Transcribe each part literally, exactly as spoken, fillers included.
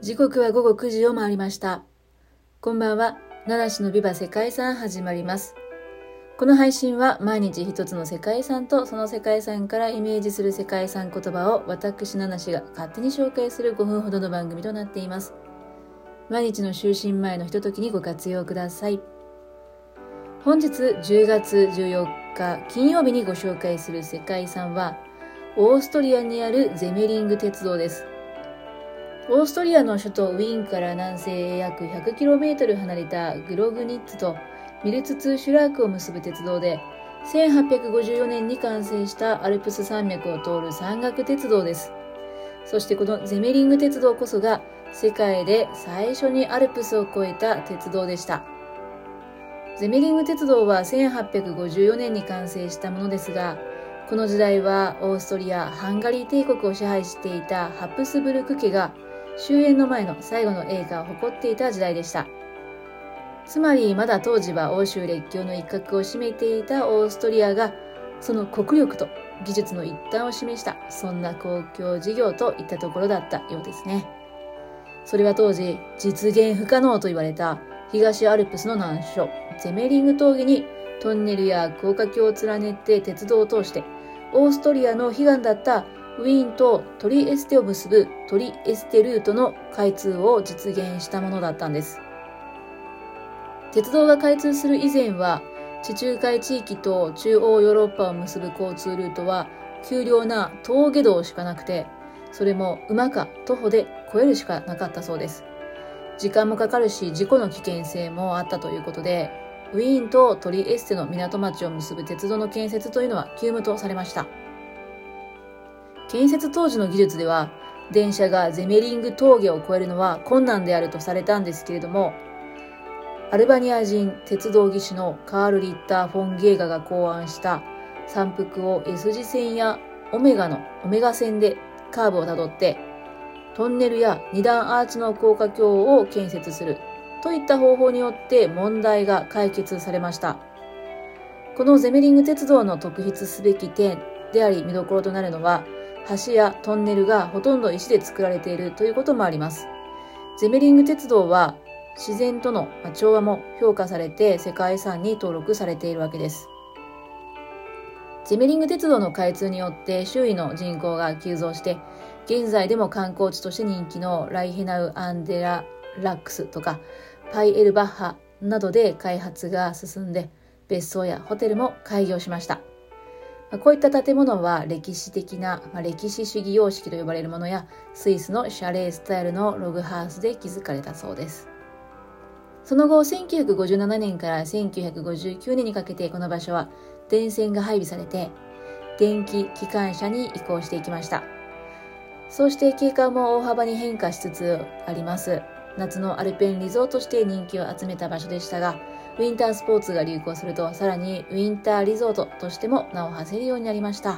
時刻は午後くじを回りました。こんばんは。七種のビバ世界遺産始まります。この配信は毎日一つの世界遺産とその世界遺産からイメージする世界遺産言葉を私七種が勝手に紹介するごふんほどの番組となっています。毎日の就寝前のひとときにご活用ください。本日じゅうがつじゅうよっか金曜日にご紹介する世界遺産はオーストリアにあるゼメリング鉄道です。オーストリアの首都ウィーンから南西へ約 ひゃくキロメートル 離れたグログニッツとミルツツーシュラークを結ぶ鉄道で、せんはっぴゃくごじゅうよねんに完成したアルプス山脈を通る山岳鉄道です。そしてこのゼメリング鉄道こそが世界で最初にアルプスを越えた鉄道でした。ゼメリング鉄道はせんはっぴゃくごじゅうよねんに完成したものですが、この時代はオーストリア・ハンガリー帝国を支配していたハプスブルク家が終焉の前の最後の栄華を誇っていた時代でした。つまりまだ当時は欧州列強の一角を占めていたオーストリアがその国力と技術の一端を示したそんな公共事業といったところだったようですね。それは当時実現不可能と言われた東アルプスの難所ゼメリング峠にトンネルや高架橋を連ねて鉄道を通してオーストリアの悲願だったウィーンとトリエステを結ぶトリエステルートの開通を実現したものだったんです。鉄道が開通する以前は地中海地域と中央ヨーロッパを結ぶ交通ルートは丘陵な峠道しかなくて、それも馬か徒歩で越えるしかなかったそうです。時間もかかるし事故の危険性もあったということで、ウィーンとトリエステの港町を結ぶ鉄道の建設というのは急務とされました。建設当時の技術では電車がゼメリング峠を越えるのは困難であるとされたんですけれども、アルバニア人鉄道技師のカール・リッター・フォン・ゲーガが考案した山腹を S 字線やオメガのオメガ線でカーブをたどってトンネルや二段アーチの高架橋を建設するといった方法によって問題が解決されました。このゼメリング鉄道の特筆すべき点であり見どころとなるのは、橋やトンネルがほとんど石で作られているということもあります。ゼメリング鉄道は自然との調和も評価されて世界遺産に登録されているわけです。ゼメリング鉄道の開通によって周囲の人口が急増して、現在でも観光地として人気のライヘナウ・アンデラ・ラックスとかパイエルバッハなどで開発が進んで、別荘やホテルも開業しました。こういった建物は歴史的な、まあ、歴史主義様式と呼ばれるものやスイスのシャレースタイルのログハウスで築かれたそうです。その後せんきゅうひゃくごじゅうななねんからせんきゅうひゃくごじゅうきゅうねんにかけてこの場所は電線が配備されて電気機関車に移行していきました。そうして景観も大幅に変化しつつあります。夏のアルペンリゾートとして人気を集めた場所でしたが、ウィンタースポーツが流行するとさらにウィンターリゾートとしても名を馳せるようになりました。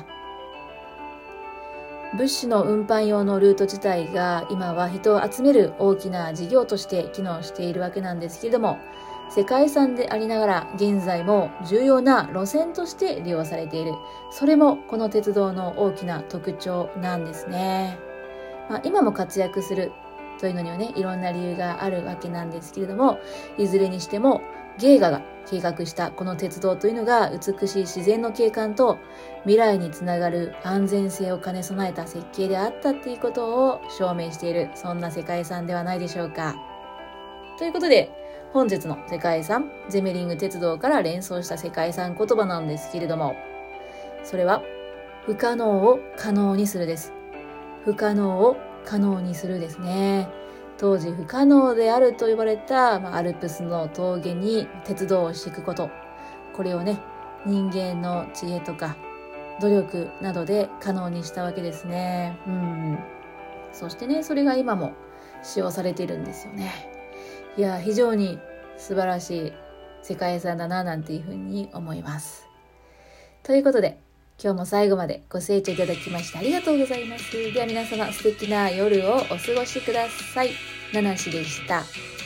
物資の運搬用のルート自体が今は人を集める大きな事業として機能しているわけなんですけれども、世界遺産でありながら現在も重要な路線として利用されている。それもこの鉄道の大きな特徴なんですね。まあ、今も活躍するというのにはね、いろんな理由があるわけなんですけれども、いずれにしてもゲーガが計画したこの鉄道というのが美しい自然の景観と未来につながる安全性を兼ね備えた設計であったっていうことを証明している、そんな世界遺産ではないでしょうか。ということで本日の世界遺産ゼメリング鉄道から連想した世界遺産言葉なんですけれども、それは不可能を可能にするです。不可能を可能にするですね。当時不可能であると呼ばれた、まあ、アルプスの峠に鉄道を敷くこと、これをね人間の知恵とか努力などで可能にしたわけですね。うん。そしてね、それが今も使用されているんですよね。いや、非常に素晴らしい世界遺産だななんていうふうに思います。ということで今日も最後までご清聴いただきましてありがとうございます。では皆様素敵な夜をお過ごしください。ナナシでした。